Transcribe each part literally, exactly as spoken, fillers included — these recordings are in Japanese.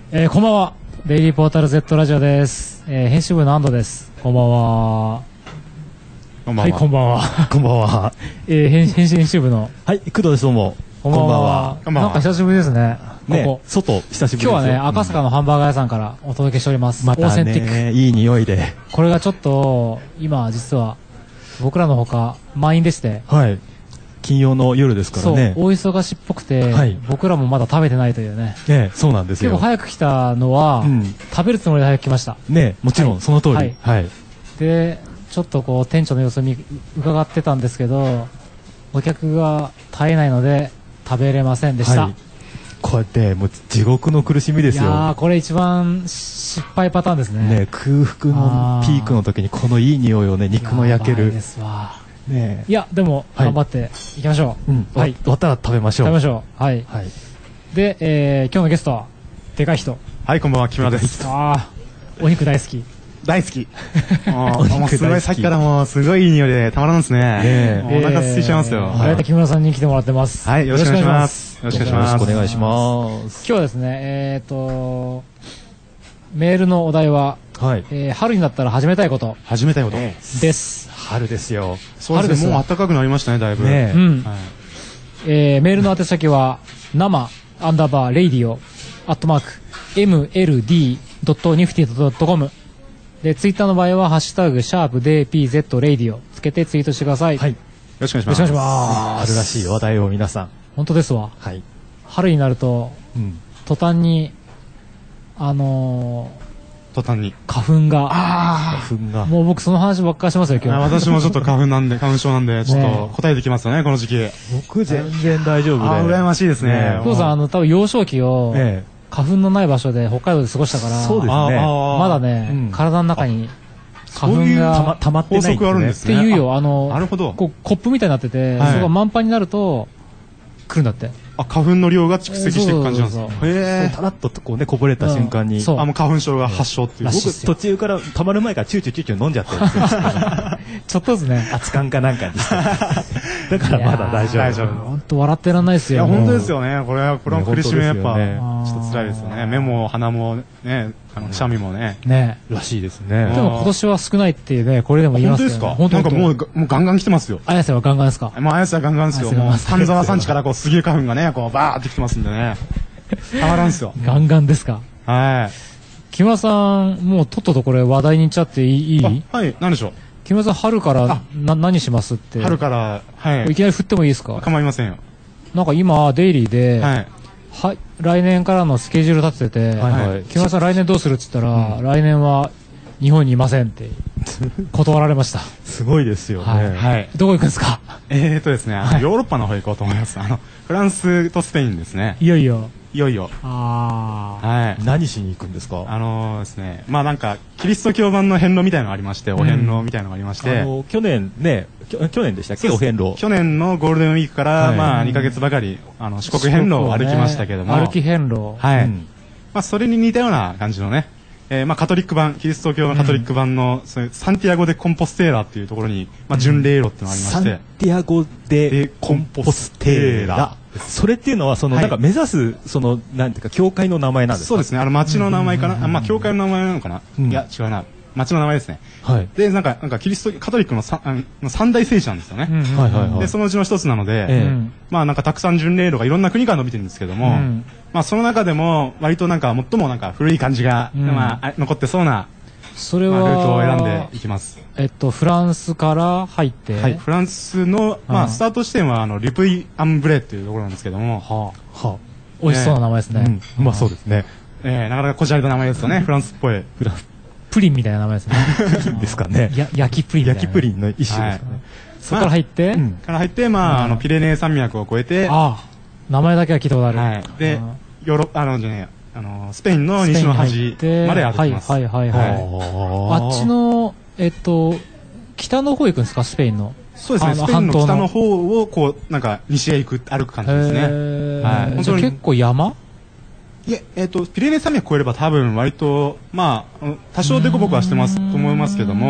えー、こんばんは。デイリーポータル Z ラジオです。えー、編集部の安藤です。こんばんは。 こんばんは。 はい、こんばんは。 こんばんは。 えー、編編集編集部の。 はい、工藤です。どうも。 こんばんは。 こんばんは。 なんか久しぶりですね。 ね、 ここ外、久しぶりですよ。 今日はね、赤坂のハンバーガー屋さんからお届けしております。 またね、オーセンティック。いい匂いで。 これがちょっと、今、実は、僕らのほか、満員でして。 はい。金曜の夜ですからね。 そう、大忙しっぽくて、はい、僕らもまだ食べてないというね。 ね、そうなんですよ。 結構早く来たのは、うん、食べるつもりで早く来ました。 ね、もちろん、はい、その通り。はい。はい、 で、ちょっとこう、店長の様子を伺ってたんですけど、お客が絶えないので、食べれませんでした。はい、 こうやって、もう地獄の苦しみですよ。いやー、これ一番失敗パターンですね。 ね、空腹のピークの時にこのいい匂いをね、肉の焼ける。 やばいですわ。 ね、 いやでも頑張っていきましょう。 うん、はい。終わったら食べましょう。 食べましょう。はい。はい、で、えー、今日のゲストはでかい人。 はい、こんばんは、木村です。 ああ、お肉大好き。 大好き。もうすごいさっきからもうすごいいい匂いでたまらんですね。ね、お腹空いちゃいますよ。 はい、木村さんに来てもらってます。 はい、よろしくお願いします。よろしくお願いします。 よろしくお願いします。 今日はですね、えっとメールのお題は、はい、えー、春になったら始めたいこと。 始めたいことです。 春ですよ。 そうですね。もう暖かくなりましたね、だいぶ。 ね、うん。はい、えー、メールの宛先は生アンダーバーレイディオアットマーク エムエルディードットニフティドットコム で、ツイッターの場合はハッシュタグシャープ ディーピーゼット レイディオつけてツイートしてください。はい。よろしくお願いします。 よろしくお願いします。 春らしい話題を皆さん。 本当ですわ。はい。春になると、うん、途端にあのー。 途端に花粉があ花粉がもう僕その話ばっかりしますよ今日。 私もちょっと花粉なんで花粉症なんでちょっと答えてきますよねこの時期。 僕全然大丈夫で。 あ羨ましいですね。 お父さんあの多分幼少期を花粉のない場所で北海道で過ごしたから。 そうですね。 まだね体の中に花粉が溜まってないんですね。 っていうよ。あのなるほど。 こうコップみたいになっててそこが満杯になると来るんだって。 あ、花粉の量が蓄積していく感じなんですか。 へえ。たらっとこうねこぼれた瞬間に、 あもう花粉症が発症っていう。 僕途中から溜まる前からチューチューチューチュー飲んじゃってるんですよ。 ちょっとずつね。 熱燗かなんかにして。だからまだ大丈夫。 大丈夫。 本当笑ってらんないですよ。 いや本当ですよね。これはこれは苦しみやっぱちょっと辛いですよね。目も鼻もね、あのくしゃみもね。 ね。 らしいですね。 でも今年は少ないっていうねこれでも言いますよね。 本当ですか。なんかもうもうガンガン来てますよ。 綾瀬はガンガンですか。 もう綾瀬はガンガンですよ。もう丹沢山地からこう杉花粉がねこうバーって来てますんでね。たまらんすよ。 ガンガンですか。 はい。 木村さんもうとっととこれ話題にいっちゃっていい？ はい。何でしょう。 木村さん春からな何しますって。 春からはい。 いきなり振ってもいいですか。 構いませんよ。 なんか今デイリーで。はい。はい、来年からのスケジュール立ててて、はいはい、木村さん来年どうするって言ったら、うん、来年は日本にいませんって断られました。 すごいですよね。 はい。はい、どこ行くんですか。 えーとですね、あのヨーロッパの方行こうと思います。あのフランスとスペインですね。 いよいよ。 いよいよ。 ああ。 はい。何しに行くんですか。 あのー、ですね、まあなんかキリスト教版の遍路みたいなのがありまして、うん、お遍路みたいなのがありまして、 あの去年ね、去年でしたっけお遍路。 去年のゴールデンウィークから、はい、まあにかげつばかりあの四国遍路を歩きましたけども、 ね、歩き遍路。 はい。うん、まあそれに似たような感じのね。えー、まあカトリック版キリスト教のカトリック版の、うん、そういうサンティアゴ・デ・コンポステーラっていうところに、まあ、巡礼路っていうのがありまして、 サンティアゴ・デ・コンポステーラそれっていうのはその、はい、なんか目指すそのなんていうか教会の名前なんですか。 そうですね。あの町の名前かな、うん、あまあ教会の名前なのかな、うん、いや違うな町の名前ですね。はい。でなんかなんかキリストカトリックのさあの三大聖地なんですよね。うんはいはいはい。でそのうちの一つなので、えー、まあなんかたくさん巡礼路がいろんな国から伸びてるんですけども、うん、まあその中でも割となんか最もなんか古い感じが、うん、まあ残ってそうな。 それは、 まあ、ルートを選んでいきます。 えっとフランスから入って、 はい、フランスのまあスタート地点はあのリュプイ・アンブレっていうところなんですけども、はあ、はあ、美味しそうな名前ですね。 えーうん、まあそうですね。 えー、なかなかこじゃれた名前ですよね。フランスっぽい。フランスプリンみたいな名前ですね。 プリンですかね。 や焼きプリン。 焼きプリンの一種ですかね。はい、 そこから入って、 まあ、から入ってまああのピレネー山脈を越えて、 ああ名前だけは聞いたことある。 はい、でヨーロあのじゃねあのスペインの西の端まで歩きます。 はいはいはいはい。あっちのえっと北の方行くんですかスペインの。 そうですね。スペインの北の方をこうなんか西へ行く歩く感じですね。 はい。本当に結構山。 いえ、えっと、ピレネー山脈越えれば多分割と、まあ、多少デコボコはしてますと思いますけども、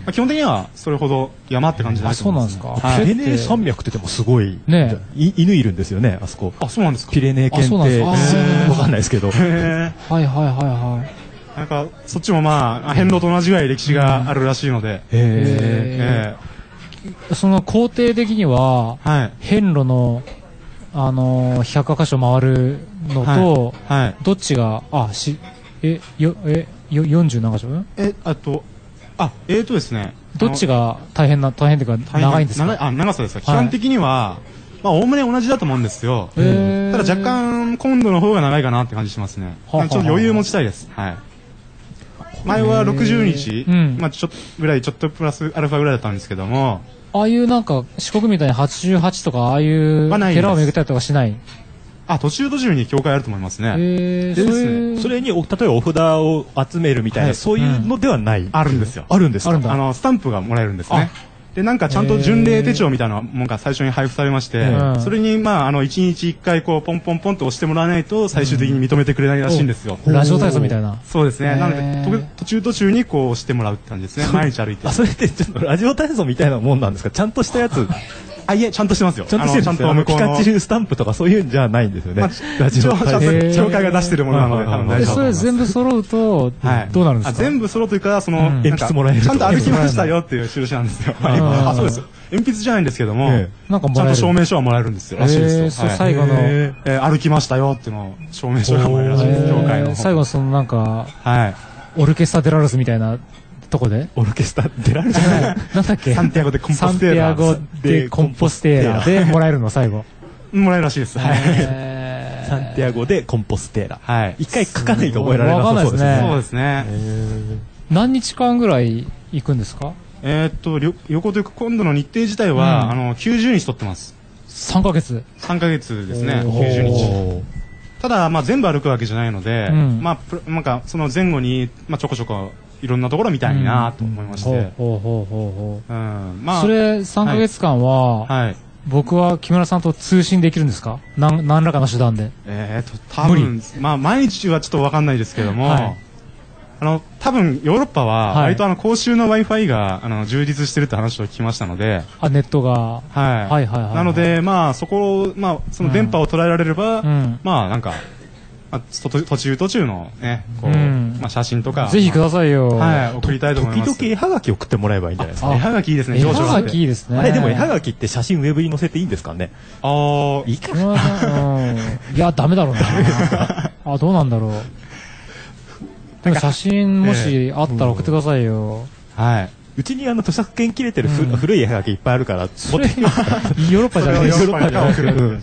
あ、基本的にはそれほど山って感じだと思います、ね。 あ、そうなんですか。はい、 ピレネー山脈ってでもすごい、 ね、 犬いるんですよね、あそこ。 あ、そうなんですか。 ピレネー犬ってわかんないですけど。 はいはいはいはい。 なんかそっちもまあ遍路と同じぐらい歴史があるらしいので。へえ。その工程的には、はい、遍路のあのー、ひゃく箇所回るのと、はいはい、どっちがあしえよえよよんじゅう何箇所？ えあとあえーとですね。 どっちが大変な大変というか長いんですか？ 長あ長さですか。基本的にはまあおおむね同じだと思うんですよ。ただ若干今度の方が長いかなって感じしますね。ちょっと余裕持ちたいです。はい。前はろくじゅうにち、うん、まあちょっとぐらいちょっとプラスアルファぐらいだったんですけども、 ああいうなんか四国みたいにはちじゅうはちとかああいう寺を巡ったりとかしない？ あ、途中途中に教会あると思いますね。 えー、でですね、それに例えばお札を集めるみたいな、はい、そういうのではない、うん、 あるんですよ。 あるんですか？ あのスタンプがもらえるんですね。でなんかちゃんと巡礼手帳みたいなものが最初に配布されまして、それにまああのいちにちいっかいこうポンポンポンと押してもらわないと最終的に認めてくれないらしいんですよ。 ラジオ体操みたいな。 そうですね。なので途中途中にこう押してもらうって感じですね。毎日歩いて。 あ、それってちょっとラジオ体操みたいなもんなんですか？ちゃんとしたやつ。 あ、いえ、ちゃんとしてますよ。 ちゃんとしてるんですよ。あのピカチュウスタンプとかそういうんじゃないんですよね。まあ、 ラジオ体操協会が出してるものなので多分大丈夫。 それ全部揃うとどうなるんですか？ 全部揃うというかその鉛筆もらえる。 ちゃんと歩きましたよっていう印なんですよ。あ、そうです。鉛筆じゃないんですけども、なんかちゃんと証明書はもらえるんですよ。らしいですよ。 最後の歩きましたよっていうの証明書がもらえるらしいです。協会の。 最後そのなんかオルケスタデラルスみたいな。どこでオルケスタデラルスじゃない。 なんだっけ？ サンティアゴでコンポステーラ。 サンティアゴでコンポステーラでもらえるの最後。 もらえるらしいです。はい。 サンティアゴでコンポステーラ。はい。一回書かないと覚えられなさそうですね。 そうですね。 何日間ぐらい行くんですか？ えっと旅行というか今度の日程自体はあのきゅうじゅうにち取ってます。 さんかげつ。 さんかげつですね。きゅうじゅうにち。ただまあ全部歩くわけじゃないので、まあなんかその前後にまあちょこちょこいろんなところ見たいなと思いまして。 ほうほうほうほう。うん。まあそれさんかげつかんは、はい。僕は木村さんと通信できるんですか？なん何らかの手段で。 えっと多分まあ毎日はちょっとわかんないですけども、はい、あの多分ヨーロッパは割とあの公衆の Wi-Fi があの充実してるって話を聞きましたので、 あネットが、 はい、はいはいはい。なのでまあそこをまあその電波を捉えられれば、うん、まあなんか。まあ、途中途中のね、こう、うん、まあ写真とか。 ぜひくださいよ。 はい、送りたいと思います。 時々絵はがき送ってもらえばいいんじゃないですか。 絵はがきいいですね、 絵はがきいいですね。 あれ、でも絵はがきって写真ウェブに載せていいんですかね？ ああ、 いいかな。 いや、ダメだろうな。あ、どうなんだろう。でも写真もしあったら送ってくださいよ。 はい。 うちにあの著作権切れてる古い絵はがきいっぱいあるから持ってきます。 ヨーロッパじゃないヨーロッパじゃない。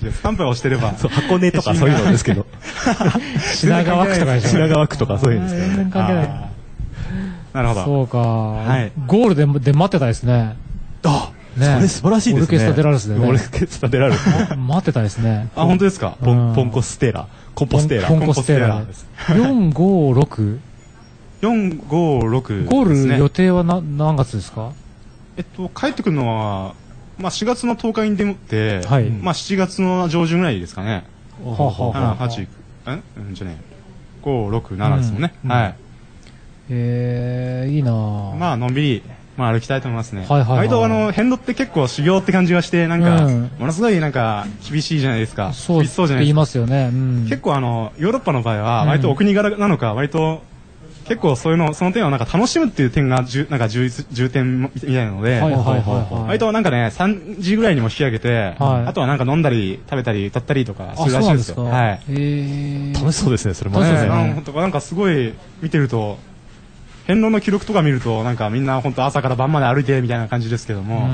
スタンプが押してれば。 箱根とかそういうのですけど。 品川区とかでしょ。 品川区とかそういうんですけど。 全然関係ない。 なるほど。 そうか。はい。ゴールデンで待ってたですね。 あ、それ素晴らしいですね。 オルケスタデラルスでね。 オルケスタデラルス。 待ってたですね。 あ、本当ですか？ ポンコステーラ。コンポステーラ。 コンポステーラ。よん、ご、ろく。 よん、ご、ろく。 ゴール予定はな何月ですか？ えっと、帰ってくるのは、まあ、しがつのとおかに出って、はい、まあ、しちがつの上旬ぐらいですかね。はあ、はあ、はち、えんじゃねえ。ご、ろく、ななですもんね。うん、はい。 えー、いいなぁ。 まあ、のんびり、まあ、歩きたいと思いますね。はいはいはい。割と、あの、遍路って結構修行って感じがして、なんか、うん、ものすごいなんか、厳しいじゃないですか。 そう、そうじゃないですか。言いますよね。うん、 結構あの、ヨーロッパの場合は、割とお国柄なのか、割と、結構そういうの、その点はなんか楽しむっていう点がじゅなんか重重点みたいなので、はいはいはいはい、割となんかね、さんじぐらいにも引き上げて、はい、あとはなんか飲んだり食べたり歌ったりとかするらしいですよ。はい。 へ楽しそうですね、それもね。 なんかすごい見てると、遍路の記録とか見ると、なんかみんな本当朝から晩まで歩いてみたいな感じですけども、うん、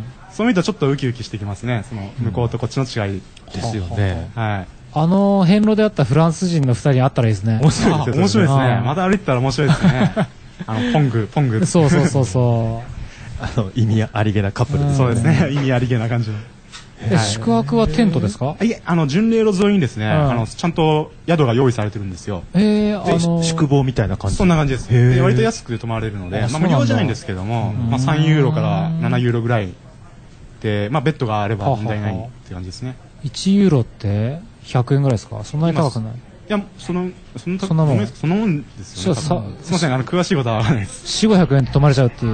そう見るとちょっとウキウキしてきますね、その向こうとこっちの違いですよね。うん、はい。 あの遍路であったフランス人の二人に会ったらいいですね。 面白いですね。面白いですね。また歩いてたら面白いですね。あのポングポング。 そうそうそうそう。 あの意味ありげなカップルですね。 そうですね。意味ありげな感じの。 え、宿泊はテントですか？ いえ、あの巡礼路沿いにですね、あのちゃんと宿が用意されてるんですよ。 え、あの宿坊みたいな感じ。 そんな感じです。で割と安く泊まれるので、まあ無料じゃないんですけども、まあさんユーロからななユーロぐらいで、まあベッドがあれば問題ないって感じですね。 いちユーロってひゃくえんぐらいですか？そんなに高くない？いや、その、そんなもん。 そのもんですよね。すみません、あの、詳しいことはわからないです。 よん、ごひゃくえんで泊まれちゃうっていう。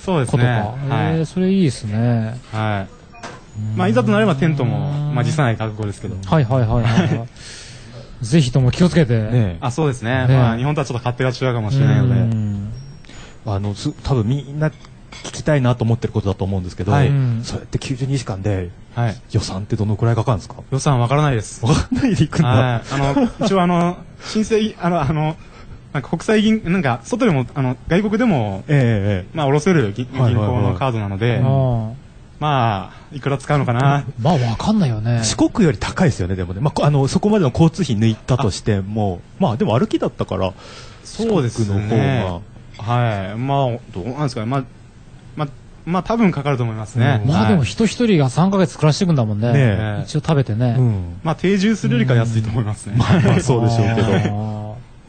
そうですね。 ことか。えー、それいいですね。 はい。まあ、いざとなればテントも、まあ、辞さない覚悟ですけど。 はいはいはいはい。ぜひとも気をつけて。 ね、あ、そうですね。ねまあ、日本とはちょっと勝手が違うかもしれないので。 あの、多分みんな聞きたいなと思ってることだと思うんですけど、はい、そうやってきゅうじゅうにじかんで、はい、予算ってどのくらいかかるんですか？ 予算わからないです。 わからないでいくんだ。 はい。あの、一応あの、申請、あの、あの、なんか国際銀、なんか、外でも、あの、外国でも、ええー、まあ、下ろせる銀行のカードなので、まあ、いくら使うのかな。 まあ、わかんないよね。 四国より高いですよね、でもね。まあ、あの、そこまでの交通費抜いたとしても、まあ、でも歩きだったから、 そうですね。 四国の方が。はい。まあ、どうなんですかね。まあ、まあ、まあ、多分かかると思いますね。 うん、まあ、でも人一人がさんかげつ暮らしていくんだもんね。ね一応食べてね。うん、 まあ、定住するよりか安いと思いますね。 まあ、まあ、そうでしょうけど。 うん、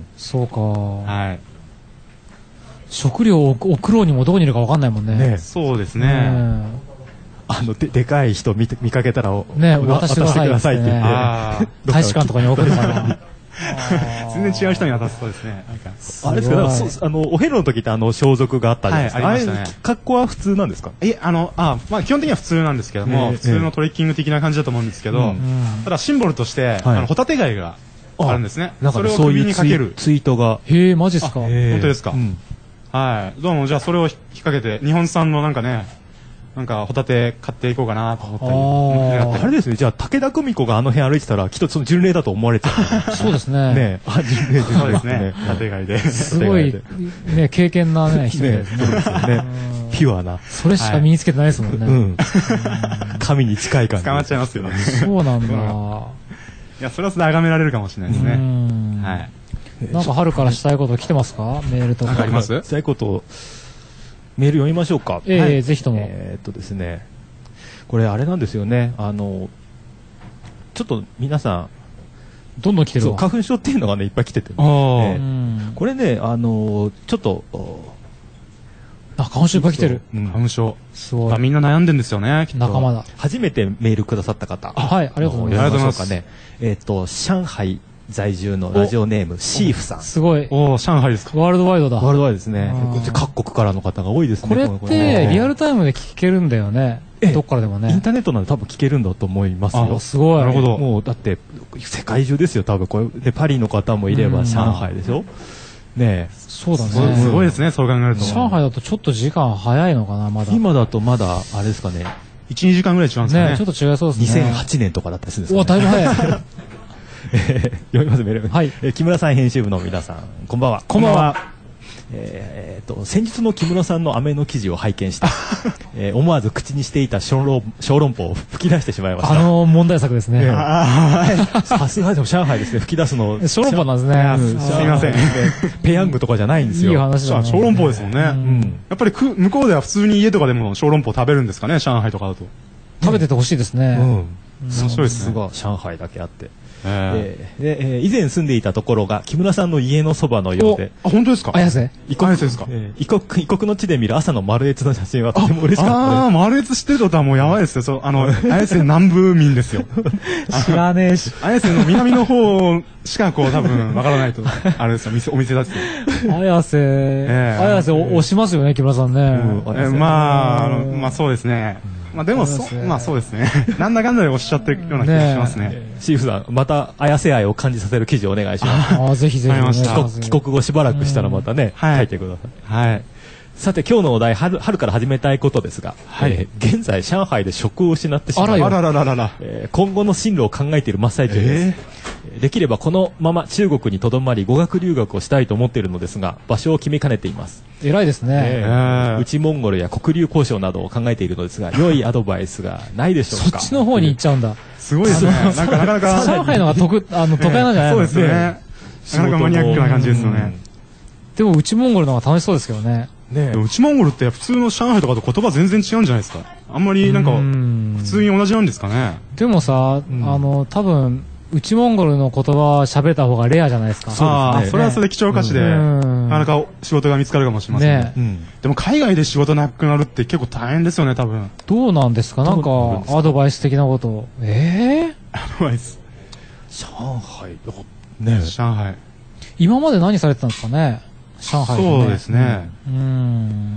そうか。 はい。 食料を送ろうにもどこにいるかわかんないもんね。ねそうですね。ねあのででかい人見見かけたらね渡してくださいって言って大使館とかに送るかな。 全然違う人に渡すそうですね。 あれですけど、あのお遍路の時ってあの装束があったじゃないですか。 はい、ありましたね。 格好は普通なんですか？ え、あのあまあ基本的には普通なんですけども、普通のトレッキング的な感じだと思うんですけど、ただシンボルとしてあのホタテ貝があるんですね。 それを首にかけるツイートが。 へえマジっすか？ 本当ですか？はい。どうもじゃあそれを引っ掛けて日本産のなんかね。なんかホタテ買っていこうかなと思ったり。あれですね。じゃあ武田久美子があの辺歩いてたらきっとその巡礼だと思われてた。そうですね。 ねあ巡礼巡礼そうですね。ホタテ貝で。 すごいね経験なね人ですね。そうですよね。 ピュアな。 それしか身につけてないですもんね。うん。 神に近い感じ。 捕まっちゃいますよね。 そうなんだ。いやそれはそれ眺められるかもしれないですね。はい。 なんか春からしたいこと来てますか？メールとか。 あります？ したいこと。メール読みましょうか。 ええ、はい、ぜひとも。 えー、っとですね、これあれなんですよね。あのちょっと皆さんどんどん来てるわ。 花粉症っていうのがねいっぱい来てて、ね、えー、これねあのちょっとあ花粉症いっぱい来てる。 うん、花粉症。 すごい。 みんな悩んでるんですよね。 仲間だ。 初めてメールくださった方。 はい、ありがとうございます。 ありがとうございます。ね、えー、っと上海在住のラジオネームシーフさん。 すごい。 お上海ですか。 ワールドワイドだ。 ワールドワイドですね。各国からの方が多いですね。 これってリアルタイムで聞けるんだよね。どっからでもね。 インターネットなんで多分聞けるんだと思いますよ。 すごい。 なるほど。もうだって世界中ですよ多分これでパリの方もいれば上海でしょ。ねえ。 そうだね。 すごいですねそう考えると。 上海だとちょっと時間早いのかなまだ。 今だとまだあれですかね。 いち、にじかんぐらい違うんですかね。 ちょっと違いそうですね。 にせんはちねんとかだったりするんですかね。 おだいぶ早い。 えー、読みますメール、 はいえー、木村さん編集部の皆さんこんばんは。 こんばんは。 えー、と先日の木村さんのアメの記事を拝見して、えー、思わず口にしていた小籠小籠包を吹き出してしまいました。 あのー、問題作ですね。 さすがでも上海ですね吹き出すの小籠包なんですね。 うん、すみません。 ペヤングとかじゃないんですよ。 いい話だね。 小籠包ですもんね。うん、やっぱりく向こうでは普通に家とかでも小籠包食べるんですかね上海とかだと。 食べててほしいですね。 うん。面白いですね。上海だけあって。えーでえー、以前住んでいたところが木村さんの家のそばのようで。 あ本当ですか。 綾瀬異国ですか。 えー、異国異国の地で見る朝の丸越の写真はとても嬉しかったです。 ああ丸越知ってるとはもうやばいですよ。そうあの綾瀬南部民ですよ。 知らねえし。 綾瀬の南の方しかこう多分わからないとあれですよ店お店だって。 綾瀬、えー、綾瀬押しますよね木村さんね。うん、 えー、まあまあそうですね。まあでもそまあそうですね。なんだかんだでおっしゃってるような気がしますね。 シーフさんまた綾瀬愛を感じさせる記事をお願いします。 ああぜひぜひ。 帰国後しばらくしたらまたね書いてください。はい。 さて今日のお題 春, 春から始めたいことですが、はいえー、現在上海で職を失ってしまいあららららら、 えー、今後の進路を考えている真っ最中です、えー、できればこのまま中国にとどまり語学留学をしたいと思っているのですが場所を決めかねています。 偉いですね、えー、内モンゴルや黒竜交渉などを考えているのですが良いアドバイスがないでしょうか。 そっちの方に行っちゃうんだ。 すごいですね。なんかなかなか上海のが得あの都会なんじゃないの。 そうですね。なかなかマニアックな感じですよね。 でも内モンゴルの方が楽しそうですけどね。 ね、内モンゴルって普通の上海とかと言葉全然違うんじゃないですか。あんまりなんか普通に同じなんですかね。 でもさ、うん、あの多分内モンゴルの言葉喋れた方がレアじゃないですか。 そうですね。ああ、それはそれで貴重価値で、なかなか仕事が見つかるかもしれませんね。ね、うん、でも海外で仕事なくなるって結構大変ですよね、多分。 どうなんですか。なんかアドバイス的なこと。ええー、アドバイス。 上海ね。 上海。 今まで何されてたんですかね。 上海、 そうですね。 うん。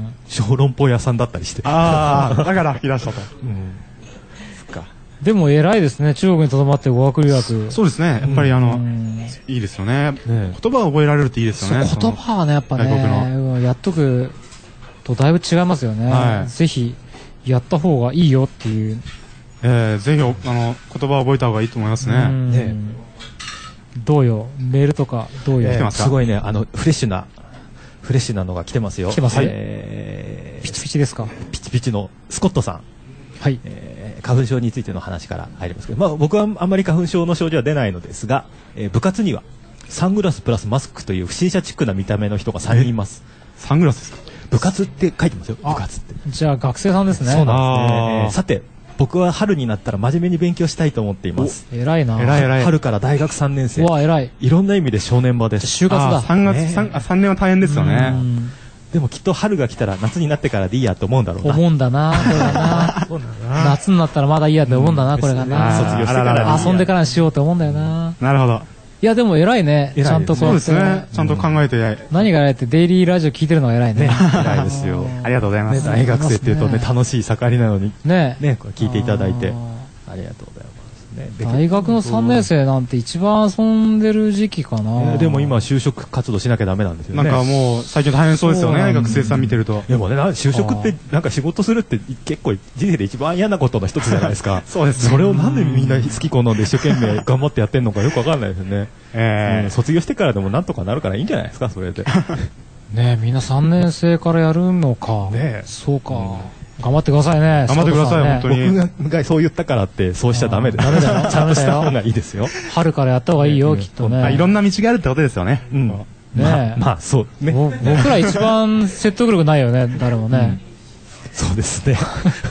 小籠包屋さんだったりして。 ああ、だからいらっしゃった。うん。 そっか。でも偉いですね。中国にとどまって語学留学。 そうですね。やっぱりあの、いいですよね。言葉を覚えられるっていいですよね。 言葉はね、やっぱね、やっとくとだいぶ違いますよね。ぜひ、やった方がいいよっていう。 えー、ぜひ、あの、言葉を覚えた方がいいと思いますね。ねどうよ、メールとかどうよ。 来てますか？すごいね、あの、フレッシュな、フレッシュなのが来てますよ。 来てます。えー、ピチピチですか？ ピチピチのスコットさん。 はい。 えー、花粉症についての話から入りますけど、まあ僕はあんまり花粉症の症状は出ないのですが、えー、部活にはサングラスプラスマスクという不審者チックな見た目の人がさんにんいます。 サングラスですか？ 部活って書いてますよ。部活って。 じゃあ学生さんですね。 そうなんですね。えー、さて、僕は春になったら真面目に勉強したいと思っています。 偉いな。 偉い偉い。 春から大学さんねん生。 うわ、偉い。 いろんな意味で正念場です。 就活だ。 さんがつ、ね、3, さんねんは大変ですよね。 でもきっと春が来たら夏になってからでいいやと思うんだろうな。 思うんだな、これがな。夏になったらまだいいやって思うんだな、これがな。 卒業してから遊んでからにしようと思うんだよな。 なるほど。 いやでも偉いね。ちゃんとそうですね。ちゃんと考えて。 何が偉いってデイリーラジオ聞いてるのが偉いね。 偉いですよ。 ありがとうございます。 大学生っていうとね、楽しい盛りなのに。 ね。 ね、聞いていただいて。ありがとうございます。 大学のさんねん生なんて一番遊んでる時期かな。 でも今就職活動しなきゃダメなんですよね。 なんかもう最近大変そうですよね。学生さん見てると。 でもね、就職ってなんか仕事するって結構人生で一番嫌なことの一つじゃないですか。 そうです。 それをなんでみんな好き好んで一生懸命頑張ってやってんのかよくわかんないですよね。ええ。卒業してからでもなんとかなるからいいんじゃないですか、それで。 ねえ、みんなさんねん生からやるのか。 ねえ。 そうか。頑張ってくださいね。 頑張ってください、本当に。 僕がそう言ったからってそうしちゃダメです。 ダメだよ。 ちゃんとした方がいいですよ。 春からやった方がいいよ、きっとね。 いろんな道があるってことですよね。 うん。ねえ。まあ、そう。ね。 僕ら一番説得力ないよね、誰もね。 そうですね。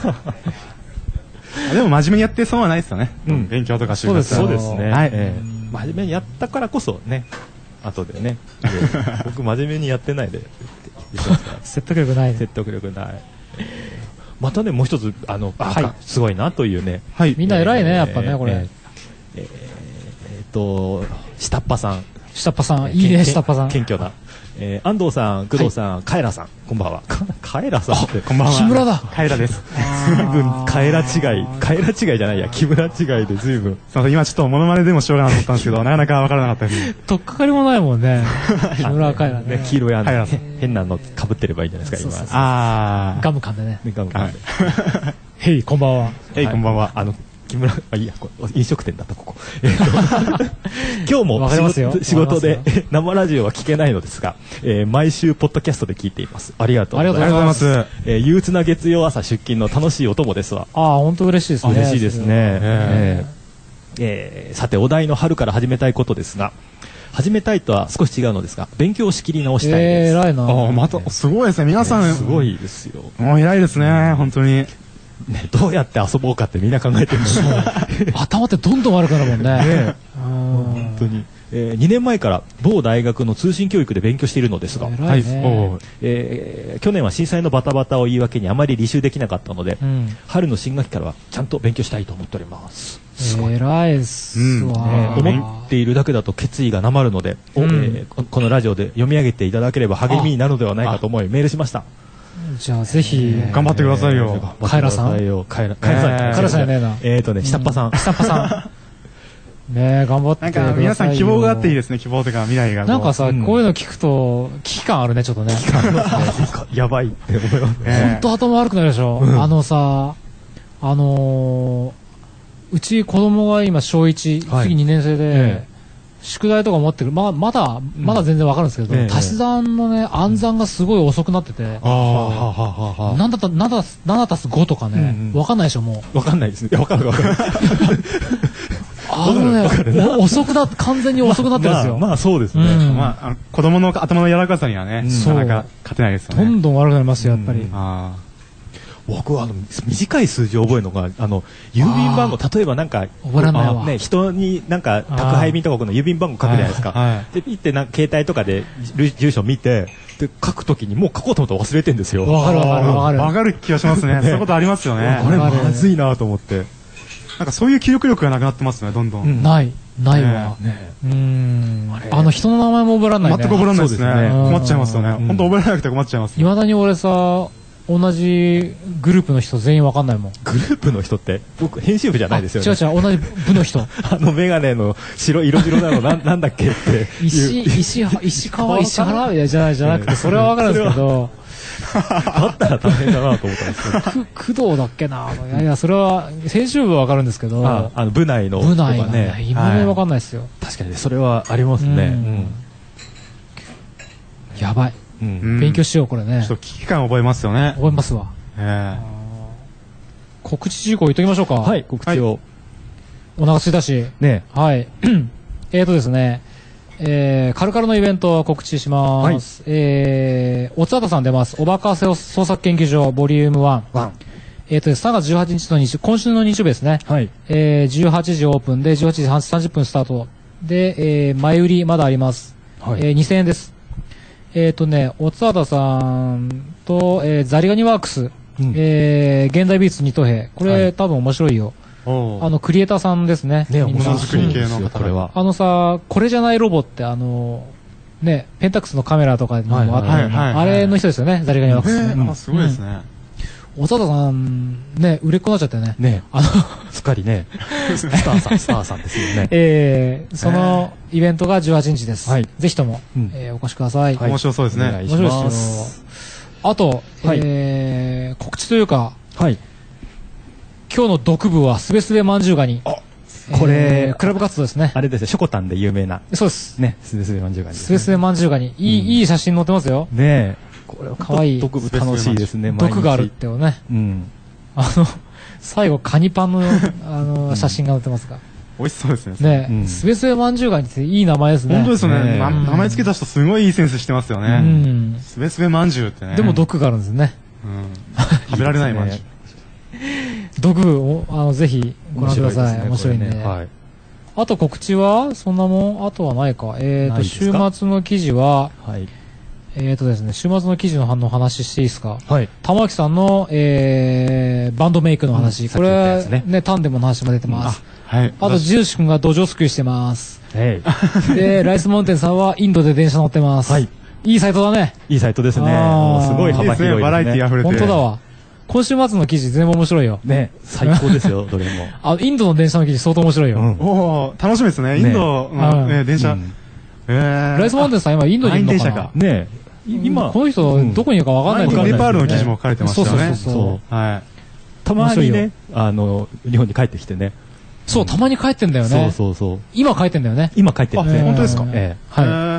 でも真面目にやって損はないですよね。勉強とか就活。 そうですね。 はい。 真面目にやったからこそね、後でね。僕真面目にやってないで。 説得力ない。 説得力ない。またね、もう一つ、あの、すごいなというね。 はい。みんな偉いね、やっぱね、これ。 えっと、下っ端さん。 下っ端さん、いいね、下っ端さん。 謙虚な。えー、安藤さん、工藤さん、カエラさん、こんばんは。カエラさんって、 こんばんは。 木村だ。 カエラです。 随分、カエラ違い、カエラ違いじゃないや、木村違いで随分。 すみません、今ちょっとモノマネでもしようかなと思ったんですけど、なかなかわからなかったです。 とっかかりもないもんね。木村カエラね。 黄色や変なの被ってればいいんじゃないですか、今。 ああ。ガム噛んでね。 ガム噛んで。 へい、こんばんは。 へい、こんばんは。 あの、木村、あ、いいや、飲食店だった、ここ。今日も仕事で生ラジオは聞けないのですが、えー、毎週ポッドキャストで聞いています。ありがとうございます。えー、憂鬱な月曜朝出勤の楽しいお供ですわ。 ああ、本当嬉しいですね。 嬉しいですね。えーえー、さて、お題の春から始めたいことですが、始めたいとは少し違うのですが、勉強を仕切り直したいです。 えー、偉いな。 あ、また、すごいですね。皆さん。 すごいですよ。 もう偉いですね、本当に。 ね、どうやって遊ぼうかってみんな考えてるんですよ。 頭ってどんどん悪くなるもんね。ね本当に。えー、にねんまえから某大学の通信教育で勉強しているのですが、はい、えー、去年は震災のバタバタを言い訳にあまり履修できなかったので、うん、春の新学期からはちゃんと勉強したいと思っております。 すごい。偉いっすわ、うんえー、思っているだけだと決意がなまるので、うんえー、このラジオで読み上げていただければ励みになるのではないかと思いメールしました。 じゃあぜひ頑張ってくださいよ。 カエラさん。 カエラさん。 カエラさんやねえな。 えっとね、下っ端さん。 下っ端さん。ねえ、頑張ってくださいよ。 なんか皆さん希望があっていいですね、希望とか未来が。 なんかさ、こういうの聞くと、危機感あるね、ちょっとね。危機感ありますね。やばいって思いますね。 ほんと頭悪くなるでしょ。あのさ、あの、うち子供が今小いち、次にねん生で、宿題とか持ってくる。まあ、まだ、まだ全然わかるんですけど、うん、足し算のね、暗算がすごい遅くなってて、なんだった、なんだ、ななたすごとかね、わ、うん、かんないでしょ、もう。わかんないですね。わかるわかる。 あのね、遅くな、完全に遅くなってるんですよ。 まあ、まあ、そうですね。うん、 まあ、子供の頭の柔らかさにはね、なかなか勝てないですよね。 どんどん悪くなりますよ、やっぱり。うん、 あ僕はあの短い数字を覚えるのがあの郵便番号例えばなんか覚えらないわ、 ね、人になんか宅配便とかの郵便番号書くじゃないですか、はい、でピッてなんか携帯とかで住所見てで書くときにもう書こうと思ったら忘れてるんですよ。 わかるわかるわかるわかる気がしますね。そういうことありますよね。 これまずいなと思ってなんかそういう記憶力がなくなってますね、どんどん。 うん、ない。 ないわ。うん。あの人の名前も覚えられないね。 全く覚えられないですね。困っちゃいますよね。本当覚えられなくて困っちゃいます。 未だに俺さ、同じグループの人全員わかんないもん。 グループの人って僕編集部じゃないですよね。 違う違う、同じ部の人。 あのメガネの白色白なのななんだっけって。 石石石川石原いやじゃないじゃなくてそれはわかるんですけど。 だったら大変だなと思ったんですけど。 く工藤だっけな。いやいやそれは編集部はわかるんですけど。 ああの部内の部内がね今でわかんないですよ。 確かにそれはありますね。 やばい。勉強しようこれね。 ちょっと危機感覚えますよね。 覚えますわ。告知事項言っときましょうか。 はい、告知を。 お腹すいたし。 ね。 はい。えーとですね、えー、カルカルのイベントを告知します。えー、おつあたさん出ます。おバカせ創作研究所ボリュームワン。えーとです、さんがつじゅうはちにちの日、今週の日曜日ですね。はい。えー、じゅうはちじオープンでじゅうはちじさんじゅっぷんスタート。で、えー、前売りまだあります。はい。えー、にせんえんです。えっ、ー、とね、おつあたさんと、えー、ザリガニワークス、うん、えー、現代美術二等兵。これ、はい、多分面白いよ。あの、クリエイターさんですね。 ね、ものづくり系のこれは。 あのさ、これじゃないロボって、あの、ね、ペンタックスのカメラとかにもあった、はいはいはい、あれの人ですよね、ザリガニワークス、ね。 うん、あ、すごいですね。 おつあたさん、ね、売れっ子になっちゃってね。 ね、あの、すっかりね、スターさん、スターさんですよね。 えー、そのイベントがじゅうはちにちです。はい。ぜひとも、うん、えー、お越しください。 はい、面白そうですね。 面白いですよ。あと、はい、えー、告知というか、はい。今日の毒部はすべすべまんじゅうガニ。あ、これ、えー、クラブ活動ですね。 あれですね、ショコタンで有名な。 そうです。 ね、すべすべまんじゅうガニ。 すべすべまんじゅうガニ。いい、うん、いい写真載ってますよ。 ねえ。 これは可愛い。 毒部楽しいですね、 毒があるってよね。うん。あの、最後、カニパンの、あの、写真が載ってますが。 美味しそうですね。 ね、すべすべまんじゅうガニっていい名前ですね。 本当ですよね。名前つけた人すごいいいセンスしてますよね。すべすべまんじゅうってね。 でも毒があるんですね。 食べられないまんじゅう。 毒を、あの、ぜひご覧ください。面白いんで。あと告知はそんなもんあとはないか。えっと、週末の記事は、えっとですね、週末の記事の反応話していいですか。はい。玉木さんの、えー、バンドメイクの話。これ、ね、タンデムの話も出てます。はい。あと、ジューシ君が土壌すくいしてます。はい。で、ライスマウンテンさんはインドで電車乗ってます。はい。いいサイトだね。 いいサイトですね。すごい幅広いですね。 バラエティ溢れてる。 本当だわ。今週末の記事全部面白いよ。 ね、最高ですよ、どれも。 あ、インドの電車の記事相当面白いよ。 おー、楽しみですね。インドの電車。 ライスマウンテンさん今インドにいるのかな。 ね今、 この人どこにいるかわかんないけど。 ネパールの記事も書かれてましたよね。 そうそうそう。 はい。たまにね、あの、日本に帰ってきてね。 そう、たまに帰ってんだよね。 そうそうそう。 今帰ってんだよね。 今帰ってるね。 本当ですか。 ええ。 はい。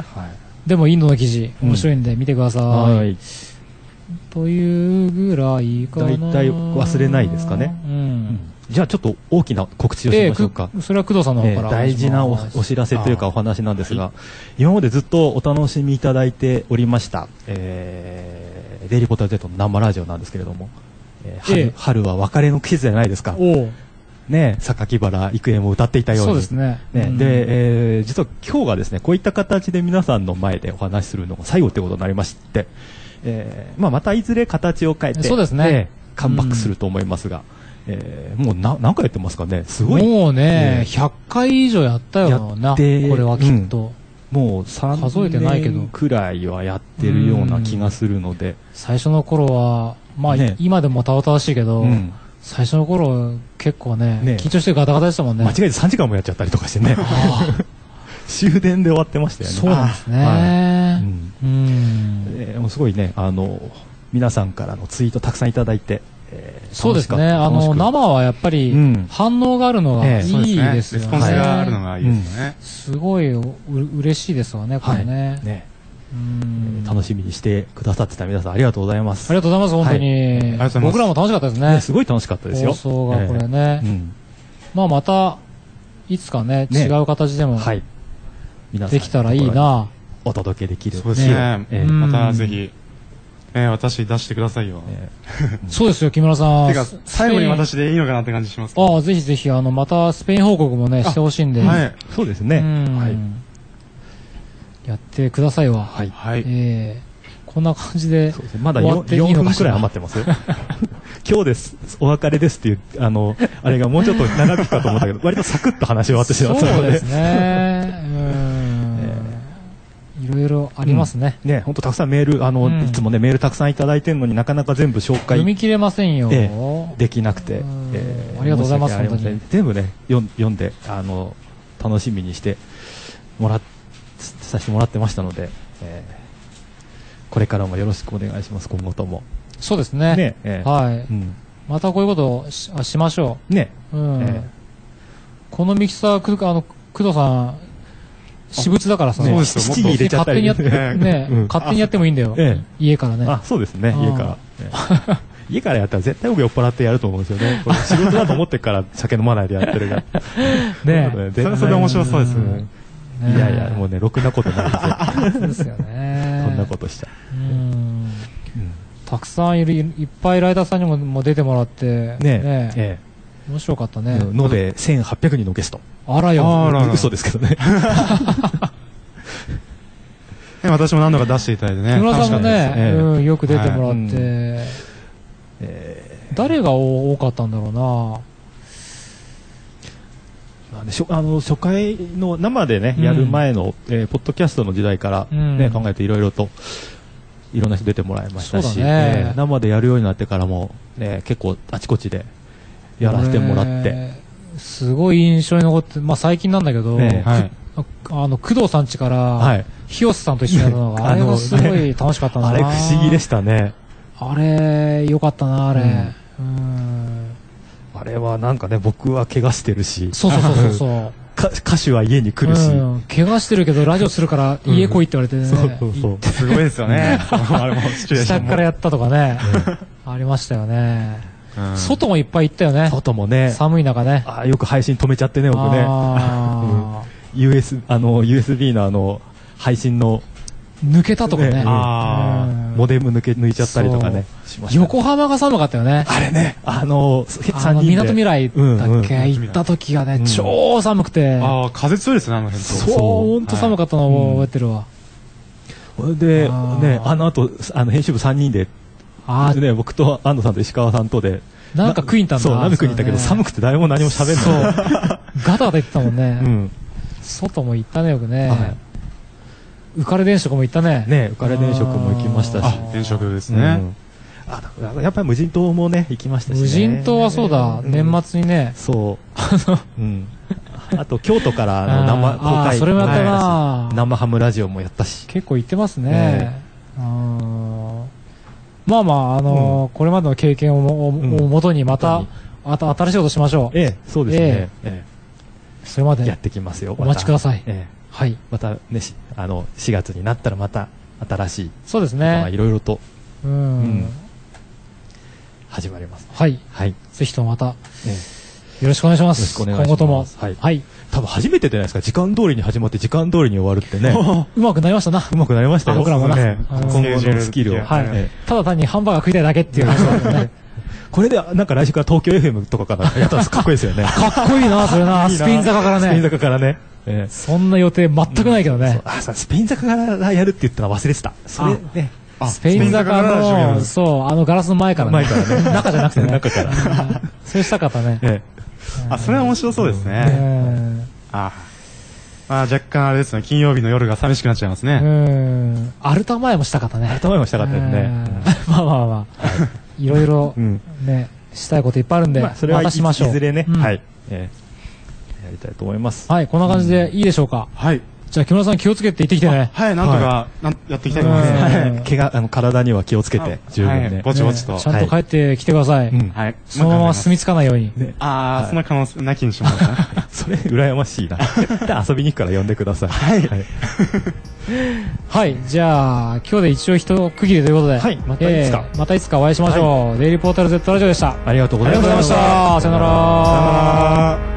でもインドの記事、面白いんで見てください。はい。というぐらいかな。 大体忘れないですかね。うん。じゃあちょっと大きな告知をしましょうか。 それは工藤さんの方から。 大事なお知らせというかお話なんですが、今までずっとお楽しみいただいておりました、えー、デイリーポタジェットの生ラジオなんですけれども、えー、春, 春は別れの季節じゃないですか。ね、榊原郁恵も歌っていたように。 そうですね。 ね、で、えー、実は今日がですね、こういった形で皆さんの前でお話しするのが最後ということになりまして、えー、まあまたいずれ形を変えて、 そうですね。 えー、カムバックすると思いますが、えー、もうな何回やってますかね。すごい。 もうね、ひゃっかい以上やったよな。これはきっと。 うん、もうさんねんくらいはやってるような気がするので。 最初の頃は、まあ、ね、今でもたわたわしいけど、うん、最初の頃結構ね、ね緊張してガタガタでしたもんね。 間違えてさんじかんもやっちゃったりとかしてね。終電で終わってましたよね。 そうなんですね。はい、うんうん、えー、もうすごいね、あの、皆さんからのツイートたくさんいただいて、えー、 そうですね。あの、生はやっぱり反応があるのがいいですよね。レスポンスがあるのがいいですね。 すごい嬉しいですわね、これね。はい、ねうん楽しみにしてくださってた皆さんありがとうございます。 ありがとうございます、本当に。はい、僕らも楽しかったですね。 ねすごい楽しかったですよ。 放送がこれね。えーうん、まあまた、いつかね、ね違う形でも、はい、できたらいいな。 お届けできる。 そうですね。えー、またぜひ。えー、私出してくださいよ。 えー、そうですよ、木村さん。 てか、最後に私でいいのかなって感じします。 ああ、ぜひぜひ、あの、またスペイン報告もね、してほしいんで。 はい。そうですね。はい。 やってくださいわ。 はい。 えー、こんな感じで。 そうですね。まだよんぷんくらい余ってますよ。 今日ですお別れですっていうあのあれがもうちょっと長引くかと思ったけど割とサクッと話終わってしまったのでそうですねいろいろありますね、 うん、ね本当たくさんメールあの、うん、いつもねメールたくさんいただいてるのになかなか全部紹介読み切れませんよ、 えー、できなくて、 えー、ありがとうございます本当に全部ね読んであの楽しみにしてもらさせてもらってましたので、えー、これからもよろしくお願いします今後ともそうですね、 ねえー、 はい、うん、またこういうことを し, しましょうね、 うんえー、このミキサーあの工藤さん私物だからさ、 ね、七に入れちゃったり勝手にやって、ねうん、勝手にやってもいいんだよ、ええ、家からねあそうですね家から、ね、家からやったら絶対僕酔っ払ってやると思うんですよねこれ仕事だと思ってから酒飲まないでやってるがねえそれはそれで面白そうですねいやいやもうねろくなことないですよですよねそんなことしちゃう、うん、 たくさんいるいっぱいライダーさんにもも出てもらってねねええ面白かったね延べせんはっぴゃくにんのゲストあらよあらら嘘ですけどね私も何度か出していただいてね木村さんもね、えーうん、よく出てもらって、はいうんえー、誰が多かったんだろうなあの初回の生でね、うん、やる前の、えー、ポッドキャストの時代から、ねうん、考えていろいろといろんな人出てもらいましたし、ねえー、生でやるようになってからも、ね、結構あちこちでやらせてもらってすごい印象に残って、まあ、最近なんだけど、ねはい、あの工藤さん家から日吉さんと一緒にやるのが、はい、あれがすごい楽しかったなあれ不思議でしたねあれよかったなあれ、うん、 うんあれはなんかね僕は怪我してるしそうそうそうそう歌手は家に来るし、うん、 怪我してるけどラジオするから家来いって言われてね、うん、そうそうそうすごいですよねあれもシチュエーションも下からやったとかね、うん、ありましたよね、うん、外もいっぱい行ったよね外もね寒い中ねあよく配信止めちゃってね僕ねあ、うん、ユーエス あの ユーエスビー のあの配信の抜けたとかね、 あうん、モデム抜け抜いちゃったりとかねしましたね横浜が寒かったよねあれねあのあのみなとみらいだっけ、うんうん、行った時がね、うん、超寒くてあ風強いですねあの辺そう本当寒かったのを覚えてるわ、 うん、であねあの後あの編集部さんにんであね僕と安藤さんと石川さんとでなんか食いに行ったんだそう鍋食いに行ったけど、ね、寒くて誰も何も喋んないそうガタガタ言ってたもんね、うん、外も行ったねよくね、はい浮かれ電飾も行ったね。 ね、浮かれ電飾も行きましたし。 電飾ですね、 うん。あ、やっぱり無人島もね行きましたし、ね。 無人島はそうだ、うん、年末にね。 そう。うん。あと京都からあの生公開それもやったな。 生ハムラジオもやったし。 結構行ってますね。ねあまあまああのーうん、これまでの経験をも、うん、をもとにまたあた新しいことしましょう。 ええ、そうですね。ええ、それまでやってきますよ。 お待ちください。 ええはい、またねあのしがつになったらまた新しいそうですねいろいろとうん、うん、 始まります、ね、 はい、 はい、 ぜひともまた、ね、よろしくお願いします。今後ともはい、はい、多分初めてじゃないですか時間通りに始まって時間通りに終わるってねうまくなりましたなうまくなりましたよ僕らもな、ね、 今後のスキルを、 はい、ええ、ただ単にハンバーガー食いたいだけっていう話だねこれでなんか来週から東京 エフエム とかからやったらかっこいいですよねかっこいいなそれなスペイン坂からねスペイン坂からねええ、そんな予定全くないけどね、 うん、あスペイン坂からやるって言ったら忘れてたそれねスペイン坂のそうあのガラスの前からね、 前からね中じゃなくてね中からそうしたかったね、 ええ、あそれは面白そうですね、ええ、あまあ若干あれですね金曜日の夜が寂しくなっちゃいますねうんアルタ前もしたかったねアルタ前もしたかったですね、 うん、まあまあまあいろいろねしたいこといっぱいあるんで、まあ、 それはまたしましょういずれね、 うん、 はい、ええやりたいと思います。 はい、こんな感じでいいでしょうか。 はい。 じゃあ木村さん気をつけて行ってきてね。 はい、なんとか、はい、やっていきたいと思います。 はい、怪我あの体には気をつけて十分ね、はい、 ぼちぼちと、ね、 ちゃんと帰ってきてください。 はい。はい、 そのまま住み着かないように。 ね、ああ、はい、そんな可能性なきにしますね。 それ羨ましいな。遊びに行くから呼んでください。 はい。はい。 はい、じゃあ今日で一応一区切りということで、 はい、またいつか、 えー、またいつかお会いしましょう。はい、デイリーポータル Z ラジオでした。 ありがとうございました。 さよなら。さよなら。